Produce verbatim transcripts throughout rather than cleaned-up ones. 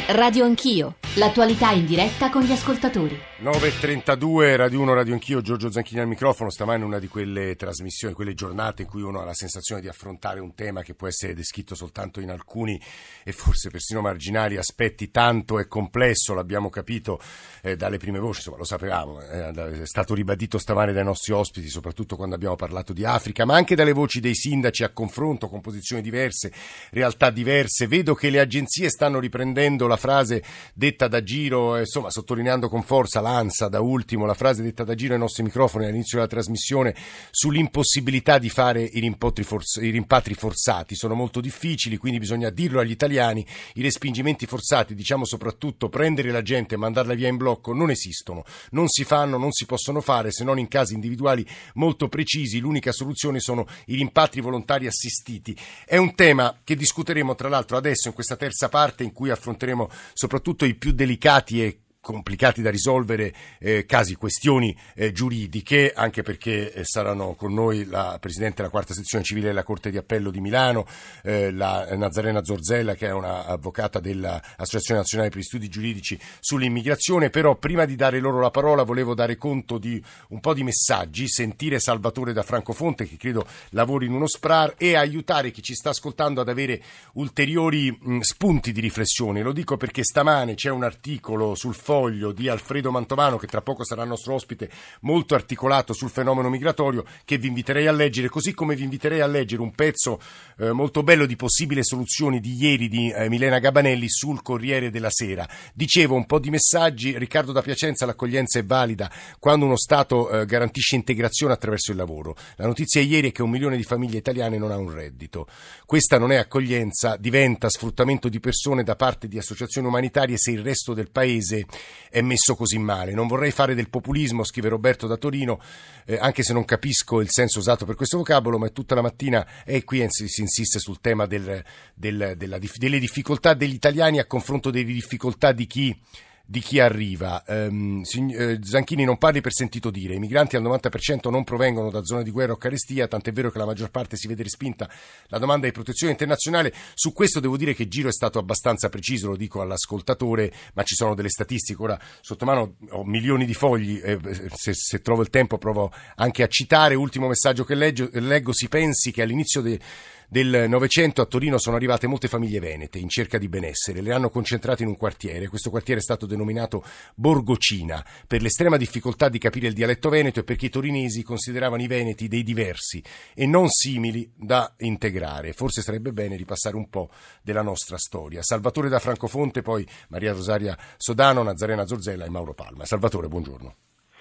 Radio Anch'io, l'attualità in diretta con gli ascoltatori. nove e trentadue, Radio uno, Radio Anch'io, Giorgio Zanchini al microfono. Stamani una di quelle trasmissioni, quelle giornate in cui uno ha la sensazione di affrontare un tema che può essere descritto soltanto in alcuni e forse persino marginali aspetti. Tanto è complesso, l'abbiamo capito eh, dalle prime voci, insomma lo sapevamo, eh, è stato ribadito stamane dai nostri ospiti, soprattutto quando abbiamo parlato di Africa, ma anche dalle voci dei sindaci a confronto con posizioni diverse, realtà diverse. Vedo che le agenzie stanno riprendendo la frase detta da Giro, eh, insomma sottolineando con forza l'ANSA da ultimo, la frase detta da Giro ai nostri microfoni all'inizio della trasmissione sull'impossibilità di fare i rimpatri, forz- i rimpatri forzati. Sono molto difficili, quindi bisogna dirlo agli italiani, i respingimenti forzati, diciamo soprattutto prendere la gente e mandarla via in blocco, non esistono, non si fanno, non si possono fare se non in casi individuali molto precisi. L'unica soluzione sono i rimpatri volontari assistiti. È un tema che discuteremo tra l'altro adesso in questa terza parte in cui affronteremo soprattutto i più delicati e complicati da risolvere eh, casi, questioni eh, giuridiche, anche perché eh, saranno con noi la Presidente della quarta sezione civile della Corte di Appello di Milano, eh, la Nazarena Zorzella, che è una avvocata dell'Associazione Nazionale per gli Studi Giuridici sull'immigrazione. Però prima di dare loro la parola volevo dare conto di un po' di messaggi, sentire Salvatore da Francofonte, che credo lavori in uno S P R A R, e aiutare chi ci sta ascoltando ad avere ulteriori mh, spunti di riflessione. Lo dico perché stamane c'è un articolo sul Foglio di Alfredo Mantovano, che tra poco sarà il nostro ospite, molto articolato sul fenomeno migratorio, che vi inviterei a leggere, così come vi inviterei a leggere un pezzo eh, molto bello di possibili soluzioni di ieri di eh, Milena Gabanelli sul Corriere della Sera. Dicevo, un po' di messaggi. Riccardo da Piacenza: l'accoglienza è valida quando uno Stato eh, garantisce integrazione attraverso il lavoro. La notizia ieri è che un milione di famiglie italiane non ha un reddito. Questa non è accoglienza, diventa sfruttamento di persone da parte di associazioni umanitarie se il resto del paese è messo così male. Non vorrei fare del populismo, scrive Roberto da Torino, eh, anche se non capisco il senso usato per questo vocabolo, ma è tutta la mattina e qui si, si insiste sul tema del, del, della, delle difficoltà degli italiani a confronto delle difficoltà di chi di chi arriva. Um, eh, Zanchini, non parli per sentito dire. I migranti al novanta per cento non provengono da zone di guerra o carestia, tant'è vero che la maggior parte si vede respinta la domanda di protezione internazionale. Su questo devo dire che Giro è stato abbastanza preciso, lo dico all'ascoltatore, ma ci sono delle statistiche. Ora sotto mano ho milioni di fogli, eh, se, se trovo il tempo provo anche a citare. Ultimo messaggio che leggo, leggo si pensi che all'inizio de, del Novecento a Torino sono arrivate molte famiglie venete in cerca di benessere, le hanno concentrate in un quartiere. Questo quartiere è stato denominato Borgocina per l'estrema difficoltà di capire il dialetto veneto e perché i torinesi consideravano i veneti dei diversi e non simili da integrare. Forse sarebbe bene ripassare un po' della nostra storia. Salvatore da Francofonte, poi Maria Rosaria Sodano, Nazarena Zorzella e Mauro Palma. Salvatore, buongiorno.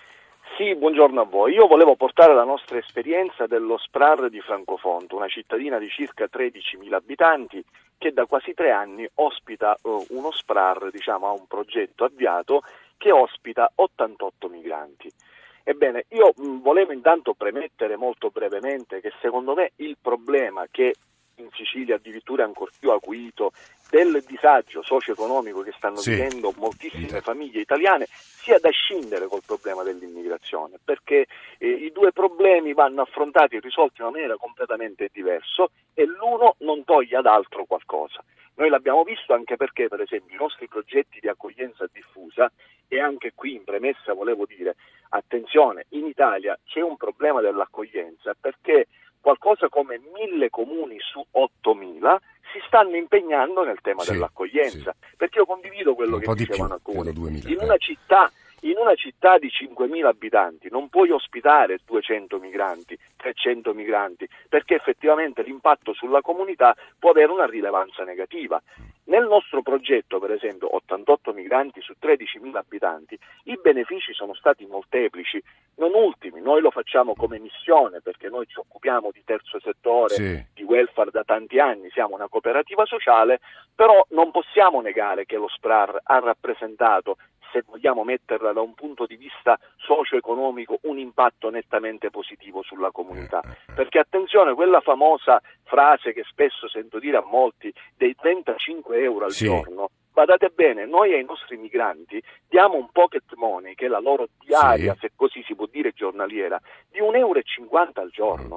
Sì, buongiorno a voi. Io volevo portare la nostra esperienza dello S P R A R di Francofonte, una cittadina di circa tredicimila abitanti che da quasi tre anni ospita uh, uno S P R A R, diciamo, ha un progetto avviato che ospita ottantotto migranti. Ebbene, io mh, volevo intanto premettere molto brevemente che secondo me il problema, che in Sicilia addirittura è ancora più acuito, del disagio socio-economico che stanno sì. vivendo moltissime famiglie italiane, sia da scindere col problema dell'immigrazione, perché eh, i due problemi vanno affrontati e risolti in una maniera completamente diversa e l'uno non toglie ad altro qualcosa. Noi l'abbiamo visto anche perché, per esempio, i nostri progetti di accoglienza diffusa, e anche qui in premessa volevo dire, attenzione, in Italia c'è un problema dell'accoglienza perché qualcosa come mille comuni su ottomila si stanno impegnando nel tema sì, dell'accoglienza, sì. Perché io condivido quello un che po' di dicevano più, alcuni. duemila, in eh. una città in una città di cinquemila abitanti non puoi ospitare duecento migranti, trecento migranti, perché effettivamente l'impatto sulla comunità può avere una rilevanza negativa. Nel nostro progetto, per esempio, ottantotto migranti su tredicimila abitanti, i benefici sono stati molteplici. Non ultimi, noi lo facciamo come missione perché noi ci occupiamo di terzo settore, sì. di welfare da tanti anni, siamo una cooperativa sociale, però non possiamo negare che lo S P R A R ha rappresentato, se vogliamo metterla da un punto di vista socio-economico, un impatto nettamente positivo sulla comunità. Perché attenzione, quella famosa frase che spesso sento dire a molti dei trentacinque euro al sì. giorno, badate bene, noi ai nostri migranti diamo un pocket money, che è la loro diaria, sì. se così si può dire, giornaliera, di un euro e cinquanta al giorno.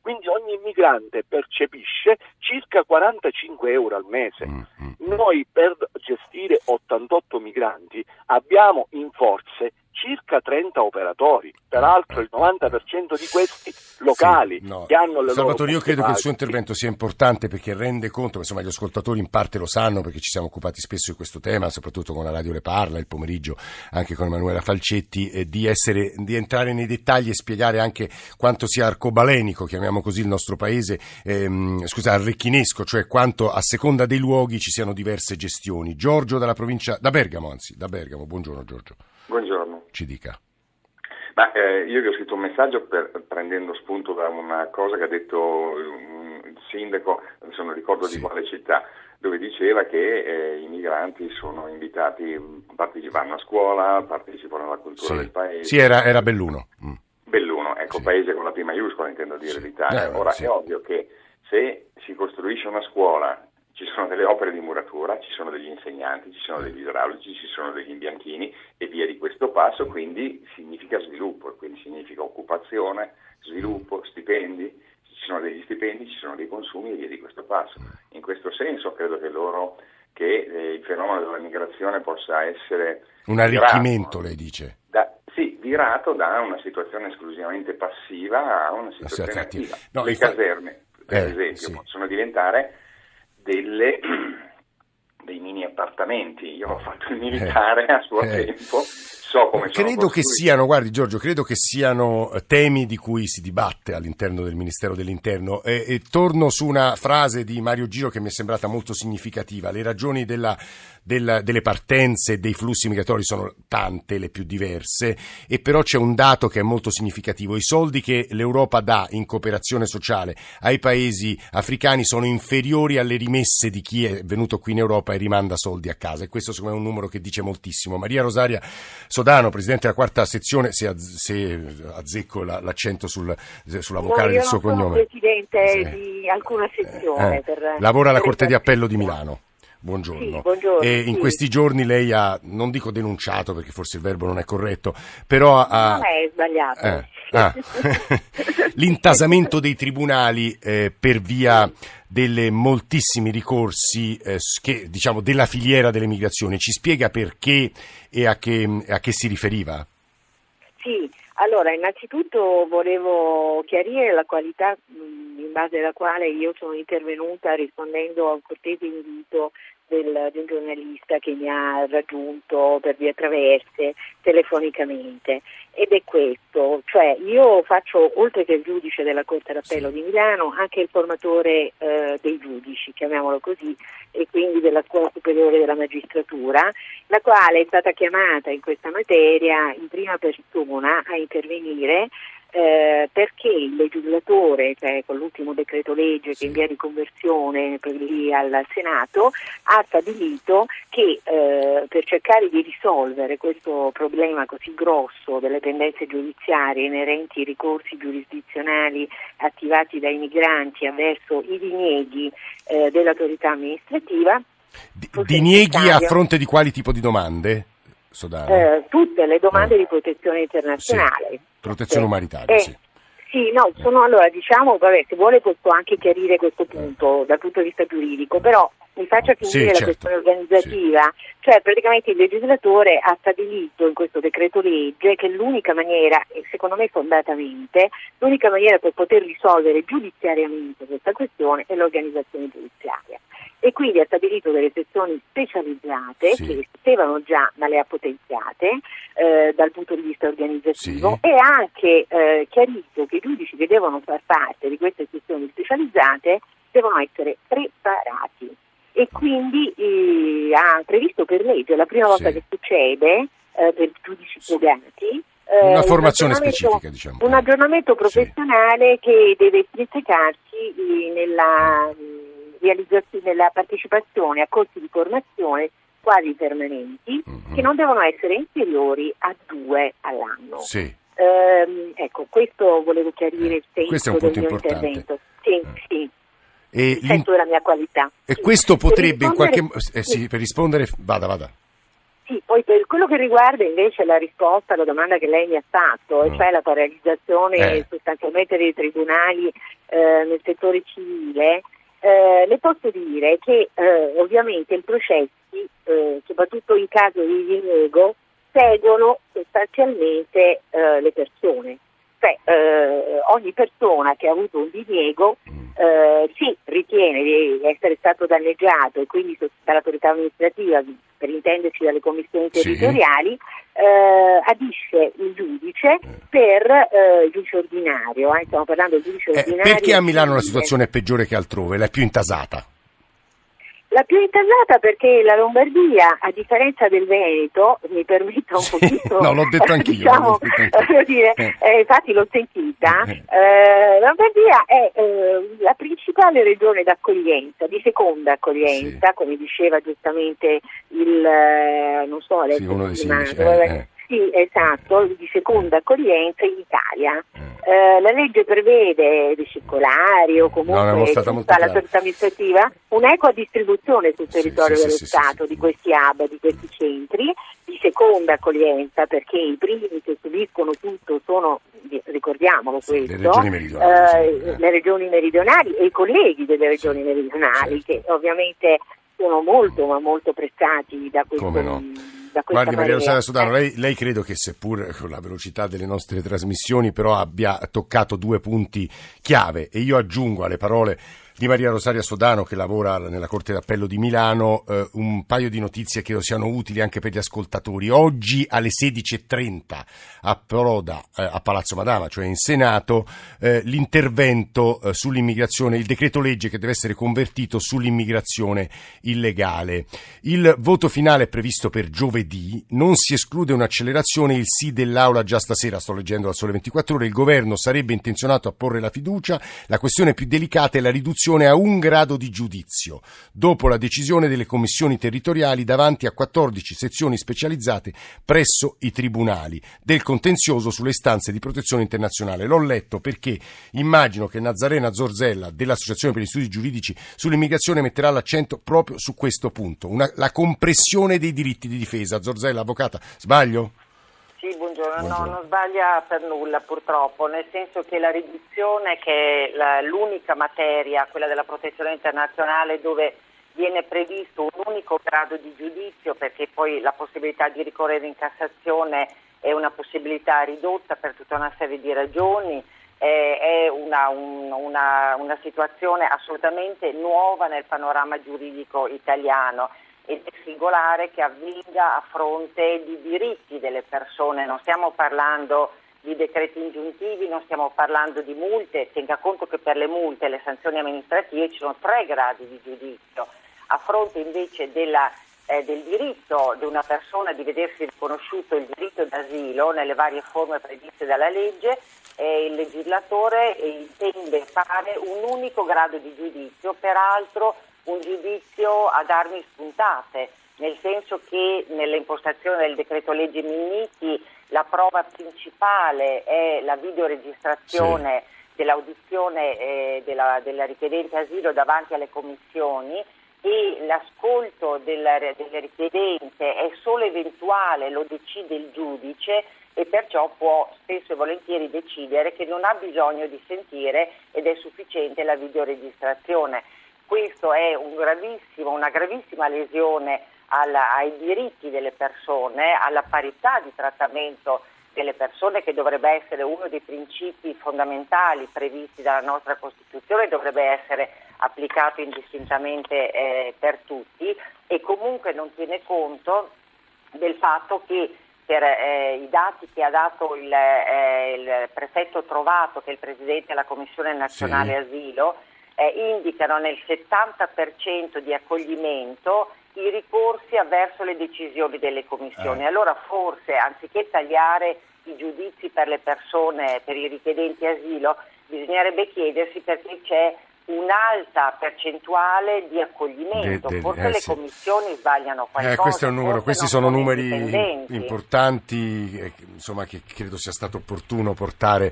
quindi ogni immigrante percepisce circa quarantacinque euro al mese. Mm-hmm. Noi per gestire ottantotto migranti abbiamo in forze circa trenta operatori, peraltro il novanta per cento di questi locali, sì, no. che hanno le Salvatore, loro io credo che il suo basi. intervento sia importante perché rende conto, insomma gli ascoltatori in parte lo sanno perché ci siamo occupati spesso di questo tema, soprattutto con la Radio Le Parla, il pomeriggio anche con Emanuela Falcetti, eh, di, essere, di entrare nei dettagli e spiegare anche quanto sia arcobalenico, chiamiamo così il nostro paese, ehm, scusa, arrecchinesco, cioè quanto a seconda dei luoghi ci siano diverse gestioni. Giorgio dalla provincia, da Bergamo anzi, da Bergamo, buongiorno Giorgio. Buongiorno. Ci dica. Ma eh, io vi ho scritto un messaggio per, prendendo spunto da una cosa che ha detto um, il sindaco, adesso non ricordo sì. di quale città, dove diceva che eh, i migranti sono invitati a partecipare a scuola, partecipano alla cultura sì. del paese. Sì, era, era Belluno. Mm. Belluno, ecco, sì. paese con la P maiuscola intendo dire sì. l'Italia. Eh, Ora sì. è ovvio che se si costruisce una scuola, ci sono delle opere di muratura, ci sono degli insegnanti, ci sono degli idraulici, ci sono degli imbianchini e via di questo passo, quindi significa sviluppo, quindi significa occupazione, sviluppo, stipendi, ci sono degli stipendi, ci sono dei consumi e via di questo passo. In questo senso credo che loro che eh, il fenomeno della migrazione possa essere un arricchimento, virato, lei dice? Da, sì, virato da una situazione esclusivamente passiva a una situazione attiva. No, Le infatti, caserme, per eh, esempio, sì. possono diventare delle, dei mini appartamenti. Io ho fatto il militare eh, a suo eh. tempo, so come sono credo che costruiti. siano, guardi Giorgio, credo che siano temi di cui si dibatte all'interno del Ministero dell'Interno e, e torno su una frase di Mario Giro che mi è sembrata molto significativa. Le ragioni della Del, delle partenze e dei flussi migratori sono tante, le più diverse, e però c'è un dato che è molto significativo: i soldi che l'Europa dà in cooperazione sociale ai paesi africani sono inferiori alle rimesse di chi è venuto qui in Europa e rimanda soldi a casa, e questo secondo me è un numero che dice moltissimo. Maria Rosaria Sodano, presidente della quarta sezione, se, azz- se azzecco la, l'accento sul, sulla vocale no, del suo cognome. Io non sono presidente sì. di alcuna sezione. Eh, per, lavora alla per Corte di Appello di Milano. Buongiorno. Sì, buongiorno. E in sì. questi giorni lei ha, non dico denunciato perché forse il verbo non è corretto, però ha... Non è sbagliato. Eh, ah, l'intasamento dei tribunali eh, per via delle moltissimi ricorsi eh, che, diciamo, della filiera delle migrazioni. Ci spiega perché e a che, a che si riferiva? Sì, allora innanzitutto volevo chiarire la qualità mh, in base alla quale io sono intervenuta rispondendo a un cortese invito del, di un giornalista che mi ha raggiunto per vie traverse telefonicamente, ed è questo, cioè io faccio, oltre che il giudice della Corte d'Appello sì. di Milano, anche il formatore eh, dei giudici, chiamiamolo così, e quindi della Scuola Superiore della Magistratura, la quale è stata chiamata in questa materia in prima persona a intervenire eh, perché il legislatore, cioè con l'ultimo decreto legge sì. che in via di conversione per lì al Senato, ha stabilito che eh, per cercare di risolvere questo problema così grosso delle pendenze giudiziarie inerenti ai ricorsi giurisdizionali attivati dai migranti avverso i dinieghi eh, dell'autorità amministrativa. D- dinieghi a fronte di quali tipo di domande? Eh, tutte le domande eh. di protezione internazionale. Sì. Protezione tutte. umanitaria, eh, sì. Sì, no, sono allora diciamo, vabbè, se vuole posso anche chiarire questo punto dal punto di vista giuridico, però mi faccia finire sì, la certo. questione organizzativa, sì. Cioè praticamente il legislatore ha stabilito in questo decreto legge che l'unica maniera, e secondo me fondatamente, l'unica maniera per poter risolvere giudiziariamente questa questione è l'organizzazione giudiziaria. E quindi ha stabilito delle sezioni specializzate sì. che esistevano già ma le ha potenziate eh, dal punto di vista organizzativo, sì. e ha anche eh, chiarito che i giudici che devono far parte di queste sezioni specializzate devono essere preparati, e quindi eh, ha previsto per legge, la prima volta sì. che succede eh, per giudizi togati, una eh, formazione un specifica, diciamo. Un aggiornamento professionale sì. che deve estrinsecarsi eh, nella realizzazione, nella partecipazione a corsi di formazione quasi permanenti, mm-hmm. che non devono essere inferiori a due all'anno. Sì. Ehm, ecco, questo volevo chiarire il senso questo è un punto del mio importante. intervento. Sì, eh. sì. E il senso della mia qualità. E sì. questo potrebbe per in qualche rispondere... eh, sì, per rispondere vada, vada. Sì, poi per quello che riguarda invece la risposta alla domanda che lei mi ha fatto, e mm. cioè la paralizzazione eh. sostanzialmente dei tribunali eh, nel settore civile, eh, le posso dire che eh, ovviamente i processi, eh, soprattutto in caso di diniego, seguono sostanzialmente eh, le persone. Cioè, eh, ogni persona che ha avuto un diniego eh, si ritiene di essere stato danneggiato e quindi dall'autorità amministrativa, per intenderci dalle commissioni territoriali, sì. eh, adisce il giudice per eh, il giudice ordinario. Eh, stiamo parlando del giudice eh, ordinario. Perché a Milano la situazione è peggiore che altrove, la è più intasata? La più intasata perché la Lombardia, a differenza del Veneto, mi permetta un pochino... no, l'ho detto anch'io. diciamo, detto anch'io. Dire, eh, infatti l'ho sentita. Eh, la Lombardia è eh, la principale regione d'accoglienza, di seconda accoglienza, sì. come diceva giustamente il... Eh, non so adesso... Sì, uno dei sindaci, dove, eh, eh. Sì, esatto, di seconda accoglienza in Italia. Eh, la legge prevede dei circolari o comunque no, tutta l'autorità amministrativa un'equa distribuzione sul territorio sì, dello sì, Stato sì, di questi hub, di questi centri di seconda accoglienza, perché i primi che subiscono tutto sono, ricordiamolo sì, questo, le regioni meridionali, eh, sì, le regioni meridionali e i colleghi delle regioni sì, meridionali certo. che ovviamente sono molto ma molto prezzati da questo. Come no? Guardi Maria Rosaria Sodano, lei, lei credo che seppur con la velocità delle nostre trasmissioni però abbia toccato due punti chiave, e io aggiungo alle parole di Maria Rosaria Sodano, che lavora nella Corte d'Appello di Milano, eh, un paio di notizie che siano utili anche per gli ascoltatori. Oggi alle sedici e trenta approda eh, a Palazzo Madama, cioè in Senato, eh, l'intervento eh, sull'immigrazione, il decreto legge che deve essere convertito sull'immigrazione illegale. Il voto finale è previsto per giovedì, non si esclude un'accelerazione, il sì dell'Aula già stasera, sto leggendo al Sole ventiquattro Ore, il governo sarebbe intenzionato a porre la fiducia, la questione più delicata è la riduzione a un grado di giudizio, dopo la decisione delle commissioni territoriali davanti a quattordici sezioni specializzate presso i tribunali del contenzioso sulle istanze di protezione internazionale. L'ho letto perché immagino che Nazarena Zorzella dell'Associazione per gli Studi Giuridici sull'immigrazione metterà l'accento proprio su questo punto, una, la compressione dei diritti di difesa. Zorzella, avvocata, sbaglio? Sì, buongiorno. buongiorno. No, non sbaglia per nulla purtroppo, nel senso che la riduzione, che è la, l'unica materia, quella della protezione internazionale, dove viene previsto un unico grado di giudizio, perché poi la possibilità di ricorrere in Cassazione è una possibilità ridotta per tutta una serie di ragioni, eh, è una, un, una, una situazione assolutamente nuova nel panorama giuridico italiano. Ed è singolare che avvenga a fronte di diritti delle persone, non stiamo parlando di decreti ingiuntivi, non stiamo parlando di multe, tenga conto che per le multe e le sanzioni amministrative ci sono tre gradi di giudizio, a fronte invece della, eh, del diritto di una persona di vedersi riconosciuto il diritto d'asilo nelle varie forme previste dalla legge, eh, il legislatore intende fare un unico grado di giudizio, peraltro un giudizio ad armi spuntate, nel senso che nell'impostazione del decreto legge Minniti la prova principale è la videoregistrazione sì. dell'audizione eh, della, della richiedente asilo davanti alle commissioni, e l'ascolto della, della richiedente è solo eventuale, lo decide il giudice, e perciò può spesso e volentieri decidere che non ha bisogno di sentire ed è sufficiente la videoregistrazione. Questo è un gravissimo, una gravissima lesione alla, ai diritti delle persone, alla parità di trattamento delle persone, che dovrebbe essere uno dei principi fondamentali previsti dalla nostra Costituzione e dovrebbe essere applicato indistintamente eh, per tutti, e comunque non tiene conto del fatto che per eh, i dati che ha dato il, eh, il prefetto Trovato, che è il presidente della Commissione Nazionale sì. Asilo, Eh, indicano nel settanta per cento di accoglimento i ricorsi avverso le decisioni delle commissioni. Eh. Allora forse, anziché tagliare i giudizi per le persone, per i richiedenti asilo, bisognerebbe chiedersi perché c'è un'alta percentuale di accoglimento. De, de, forse eh, le sì. commissioni sbagliano qualcosa. Eh, questo è un numero, questi sono numeri indipendenti. importanti, eh, insomma, che credo sia stato opportuno portare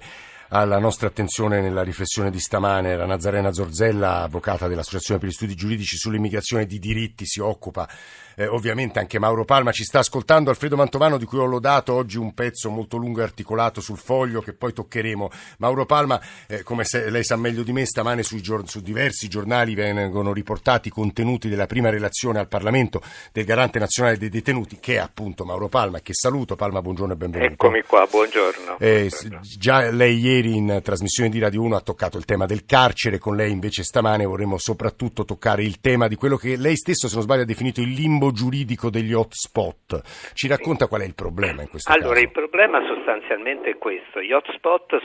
alla nostra attenzione nella riflessione di stamane la Nazarena Zorzella, avvocata dell'Associazione per gli Studi Giuridici sull'immigrazione di diritti, si occupa eh, ovviamente anche Mauro Palma, ci sta ascoltando Alfredo Mantovano, di cui ho lodato oggi un pezzo molto lungo e articolato sul Foglio che poi toccheremo. Mauro Palma, eh, come se, lei sa meglio di me, stamane sui gior- su diversi giornali vengono riportati i contenuti della prima relazione al Parlamento del Garante Nazionale dei Detenuti, che è appunto Mauro Palma, che saluto. Palma, buongiorno e benvenuto. Eccomi qua, buongiorno. Eh, buongiorno. Già lei ieri in trasmissione di Radio uno ha toccato il tema del carcere, con lei invece stamane vorremmo soprattutto toccare il tema di quello che lei stesso, se non sbaglio, ha definito il limbo giuridico degli hotspot. Ci racconta qual è il problema in questo allora, caso? Il problema sostanzialmente è questo: gli hotspot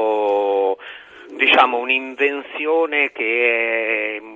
sono, diciamo, un'invenzione che è,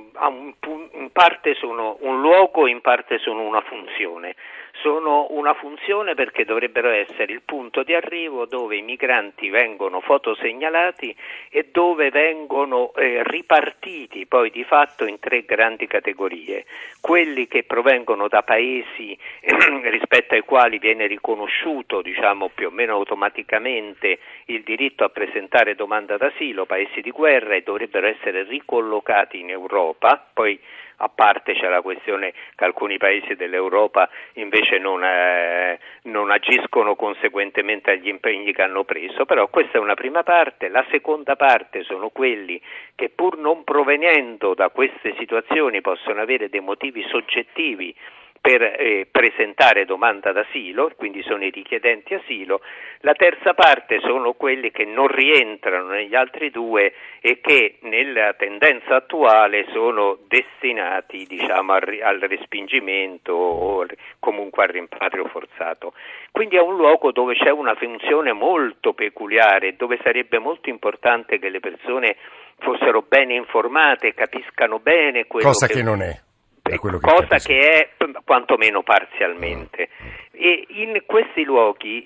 in parte sono un luogo, in parte sono una funzione. Sono una funzione perché dovrebbero essere il punto di arrivo dove i migranti vengono fotosegnalati e dove vengono eh, ripartiti poi di fatto in tre grandi categorie: quelli che provengono da paesi eh, rispetto ai quali viene riconosciuto, diciamo, più o meno automaticamente il diritto a presentare domanda d'asilo, paesi di guerra, e dovrebbero essere ricollocati in Europa. Poi a parte c'è la questione che alcuni paesi dell'Europa invece non, eh, non agiscono conseguentemente agli impegni che hanno preso, però questa è una prima parte. La seconda parte sono quelli che, pur non provenendo da queste situazioni, possono avere dei motivi soggettivi per eh, presentare domanda d'asilo, quindi sono i richiedenti asilo. La terza parte sono quelli che non rientrano negli altri due e che nella tendenza attuale sono destinati, diciamo, al, al respingimento o comunque al rimpatrio forzato. Quindi è un luogo dove c'è una funzione molto peculiare, dove sarebbe molto importante che le persone fossero bene informate e capiscano bene quello Cosa che, che non è. Che cosa capisco. Che è quantomeno parzialmente. E in questi luoghi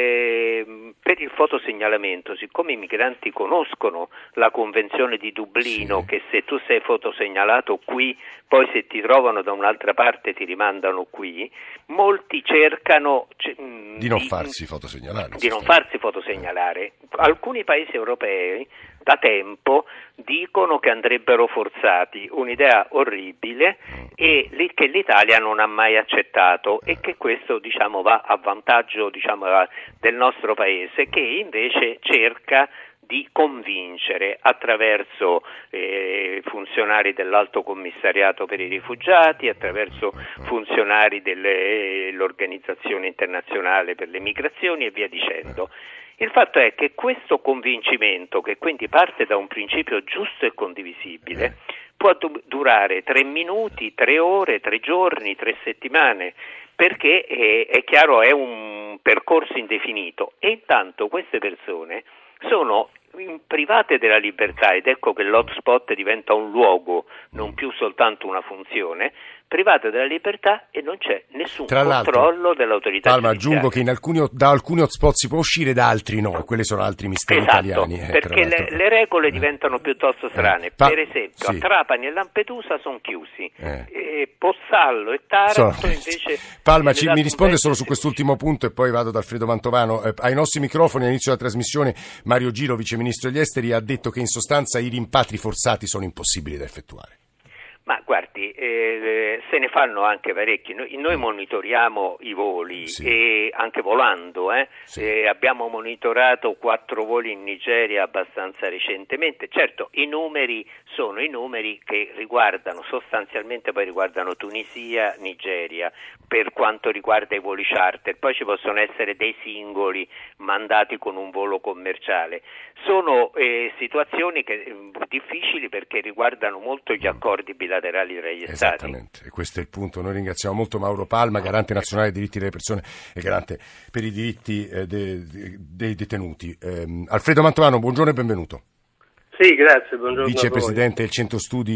il, per il fotosegnalamento, siccome i migranti conoscono la Convenzione di Dublino, sì, che se tu sei fotosegnalato qui, poi se ti trovano da un'altra parte ti rimandano qui, molti cercano di, di non farsi fotosegnalare. Di non farsi fotosegnalare. Alcuni paesi europei da tempo dicono che andrebbero forzati, un'idea orribile e che l'Italia non ha mai accettato, e che questo, diciamo, va a vantaggio, diciamo, del nostro paese, che invece cerca di convincere attraverso eh, funzionari dell'Alto Commissariato per i rifugiati, attraverso funzionari dell'Organizzazione Internazionale per le Migrazioni e via dicendo. Il fatto è che questo convincimento, che quindi parte da un principio giusto e condivisibile, può du- durare tre minuti, tre ore, tre giorni, tre settimane, perché è, è chiaro, è un percorso indefinito, e intanto queste persone sono private della libertà, ed ecco che l'hotspot diventa un luogo, non più soltanto una funzione, private della libertà, e non c'è nessun Tra controllo dell'autorità Palma, giudiziaria. aggiungo che in alcuni, da alcuni hotspot si può uscire, da altri no, e quelli sono altri misteri esatto, italiani. Eh, perché le, le regole diventano piuttosto strane. Eh, pa- per esempio, sì. a Trapani e Lampedusa sono chiusi, eh. e Pozzallo e Taranto Sono... invece... Palma, ci, mi risponde solo su quest'ultimo punto e poi vado da Alfredo Mantovano. Eh, ai nostri microfoni all'inizio della trasmissione Mario Giro, vice ministro degli esteri, ha detto che in sostanza i rimpatri forzati sono impossibili da effettuare. Ma guardi, eh, se ne fanno anche parecchi. Noi, noi monitoriamo i voli, sì, e anche volando, eh? Sì. Eh, abbiamo monitorato quattro voli in Nigeria abbastanza recentemente. Certo, i numeri sono i numeri che riguardano sostanzialmente, poi riguardano Tunisia, Nigeria, per quanto riguarda i voli charter. Poi ci possono essere dei singoli mandati con un volo commerciale. Sono eh, situazioni che, eh, difficili, perché riguardano molto gli accordi bilaterali tra gli Stati. Esattamente, e questo è il punto. Noi ringraziamo molto Mauro Palma, garante nazionale dei diritti delle persone e garante per i diritti eh, de, de, dei detenuti. Eh, Alfredo Mantovano, buongiorno e benvenuto. Sì, grazie, buongiorno. Vicepresidente del Centro Studi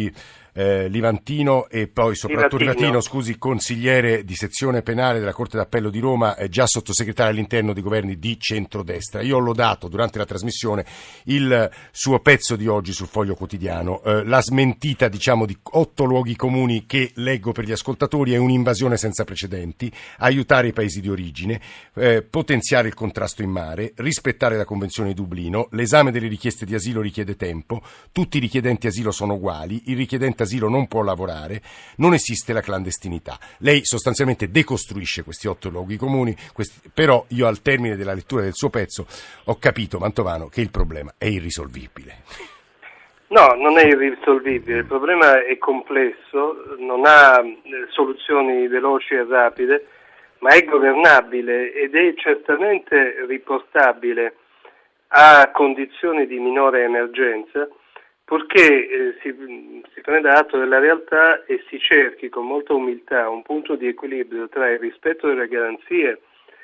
eh, Livantino e poi soprattutto Livatino. Livatino, scusi, consigliere di sezione penale della Corte d'Appello di Roma, eh, già sottosegretario all'interno di governi di centrodestra. Io ho lodato durante la trasmissione il suo pezzo di oggi sul Foglio Quotidiano, eh, la smentita diciamo di otto luoghi comuni che leggo per gli ascoltatori: è un'invasione senza precedenti, aiutare i paesi di origine, eh, potenziare il contrasto in mare, rispettare la Convenzione di Dublino, l'esame delle richieste di asilo richiede tempo, tutti i richiedenti asilo sono uguali, il richiedente asilo non può lavorare, non esiste la clandestinità. Lei sostanzialmente decostruisce questi otto luoghi comuni, questi, però io al termine della lettura del suo pezzo ho capito, Mantovano, che il problema è irrisolvibile. No, non è irrisolvibile, il problema è complesso, non ha soluzioni veloci e rapide, ma è governabile ed è certamente riportabile a condizioni di minore emergenza, purché eh, si, si prenda atto della realtà e si cerchi con molta umiltà un punto di equilibrio tra il rispetto delle garanzie,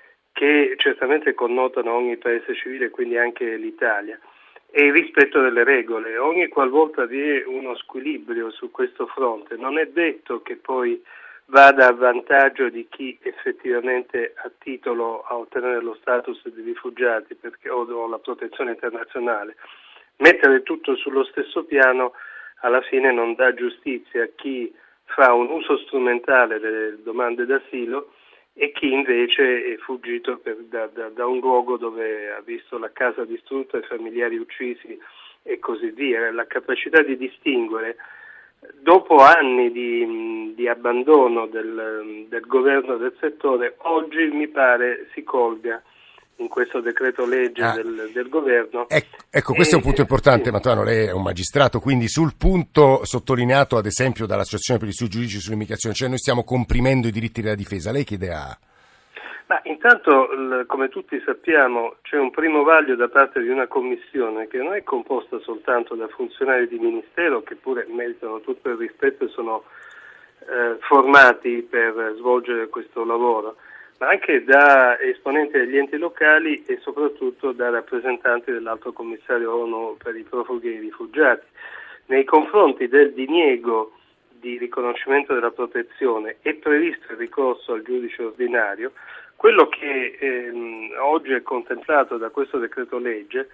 che certamente connotano ogni paese civile, quindi anche l'Italia, e il rispetto delle regole. Ogni qualvolta vi è uno squilibrio su questo fronte, non è detto che poi vada a vantaggio di chi effettivamente ha titolo a ottenere lo status di rifugiati perché, o, o la protezione internazionale. Mettere tutto sullo stesso piano alla fine non dà giustizia a chi fa un uso strumentale delle domande d'asilo e chi invece è fuggito per, da, da, da un luogo dove ha visto la casa distrutta, i familiari uccisi e così via. La capacità di distinguere, dopo anni di, di abbandono del, del governo del settore, oggi mi pare si colga in questo decreto legge ah. del, del governo. Ecco, ecco questo e, è un punto importante, sì. Mantovano, lei è un magistrato, quindi sul punto sottolineato ad esempio dall'Associazione per gli Studi Giuridici sull'immigrazione, cioè noi stiamo comprimendo i diritti della difesa, lei che idea ha? Ma intanto, come tutti sappiamo, c'è un primo vaglio da parte di una commissione che non è composta soltanto da funzionari di ministero, che pure meritano tutto il rispetto e sono eh, formati per svolgere questo lavoro, ma anche da esponenti degli enti locali e soprattutto da rappresentanti dell'Alto Commissario ONU per i profughi e i rifugiati. Nei confronti del diniego di riconoscimento della protezione è previsto il ricorso al giudice ordinario. Quello che ehm, oggi è contemplato da questo decreto legge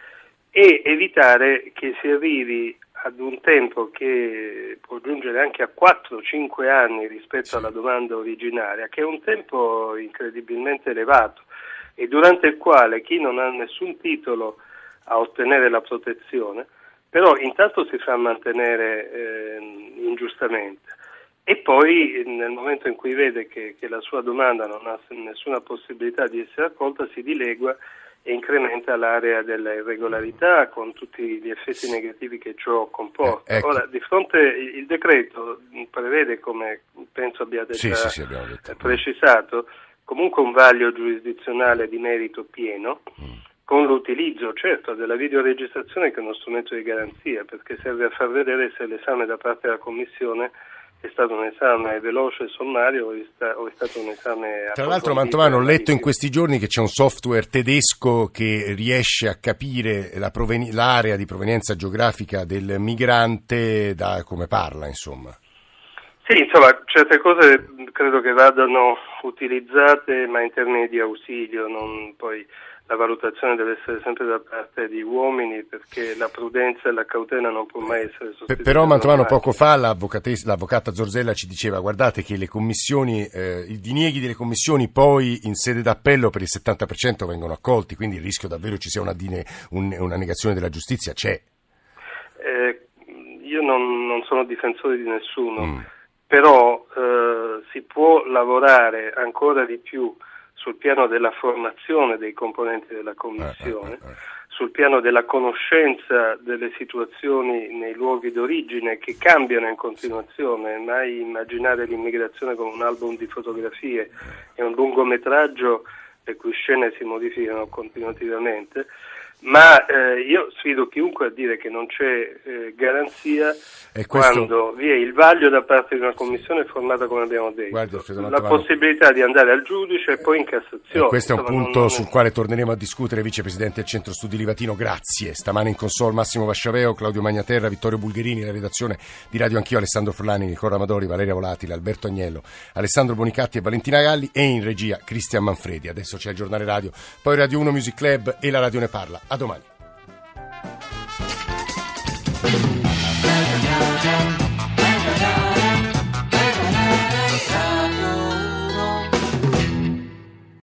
è evitare che si arrivi ad un tempo che può giungere anche a quattro cinque anni rispetto sì. alla domanda originaria, che è un tempo incredibilmente elevato e durante il quale chi non ha nessun titolo a ottenere la protezione, però intanto si fa mantenere eh, ingiustamente e poi nel momento in cui vede che, che la sua domanda non ha nessuna possibilità di essere accolta si dilegua e incrementa l'area della irregolarità con tutti gli effetti negativi che ciò comporta. Eh, ecco. Ora, di fronte il decreto prevede, come penso abbiate sì, già sì, sì, abbiamo detto. precisato, comunque un vaglio giurisdizionale di merito pieno, mm. con l'utilizzo certo della videoregistrazione, che è uno strumento di garanzia, perché serve a far vedere se l'esame da parte della Commissione è stato un esame veloce e sommario o è, sta, o è stato un esame... Tra l'altro, Mantovano, ho letto in questi giorni che c'è un software tedesco che riesce a capire la proveni- l'area di provenienza geografica del migrante da come parla, insomma. Sì, insomma, certe cose credo che vadano utilizzate, ma in termini di ausilio, non poi... La valutazione deve essere sempre da parte di uomini, perché la prudenza e la cautela non può mai essere sostituite. Però, Mantovano, poco fa l'avvocata Zorzella ci diceva: guardate che le commissioni, eh, i dinieghi delle commissioni poi in sede d'appello per il settanta per cento vengono accolti, quindi il rischio davvero ci sia una, dine, un, una negazione della giustizia c'è. Eh, io non, non sono difensore di nessuno, mm. però eh, si può lavorare ancora di più sul piano della formazione dei componenti della Commissione, eh, eh, eh. sul piano della conoscenza delle situazioni nei luoghi d'origine che cambiano in continuazione. Mai immaginare l'immigrazione come un album di fotografie e un lungometraggio le cui scene si modificano continuativamente, ma eh, io sfido chiunque a dire che non c'è eh, garanzia e questo... quando vi è il vaglio da parte di una commissione formata, come abbiamo detto, Guardi, Alfredo la Mantovano, possibilità di andare al giudice e poi in Cassazione. E questo è un Insomma, punto non, non... sul quale torneremo a discutere. Vicepresidente del Centro Studi Livatino, grazie. Stamane in console Massimo Vasciaveo, Claudio Magnaterra, Vittorio Bulgherini, la redazione di Radio Anch'io, Alessandro Forlani, Nicola Amadori, Valeria Volatile, Alberto Agnello, Alessandro Bonicatti e Valentina Galli, e in regia Cristian Manfredi. Adesso c'è il giornale radio, poi Radio uno Music Club e la Radio ne parla. A domani.